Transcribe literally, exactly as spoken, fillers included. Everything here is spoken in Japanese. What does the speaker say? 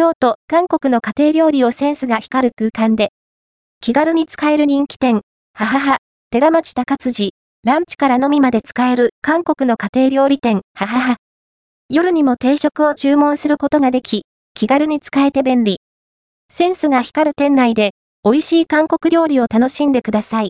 京都、韓国の家庭料理をセンスが光る空間で、気軽に使える人気店、ははは、寺町高辻、ランチから飲みまで使える韓国の家庭料理店、ははは。夜にも定食を注文することができ、気軽に使えて便利。センスが光る店内で、美味しい韓国料理を楽しんでください。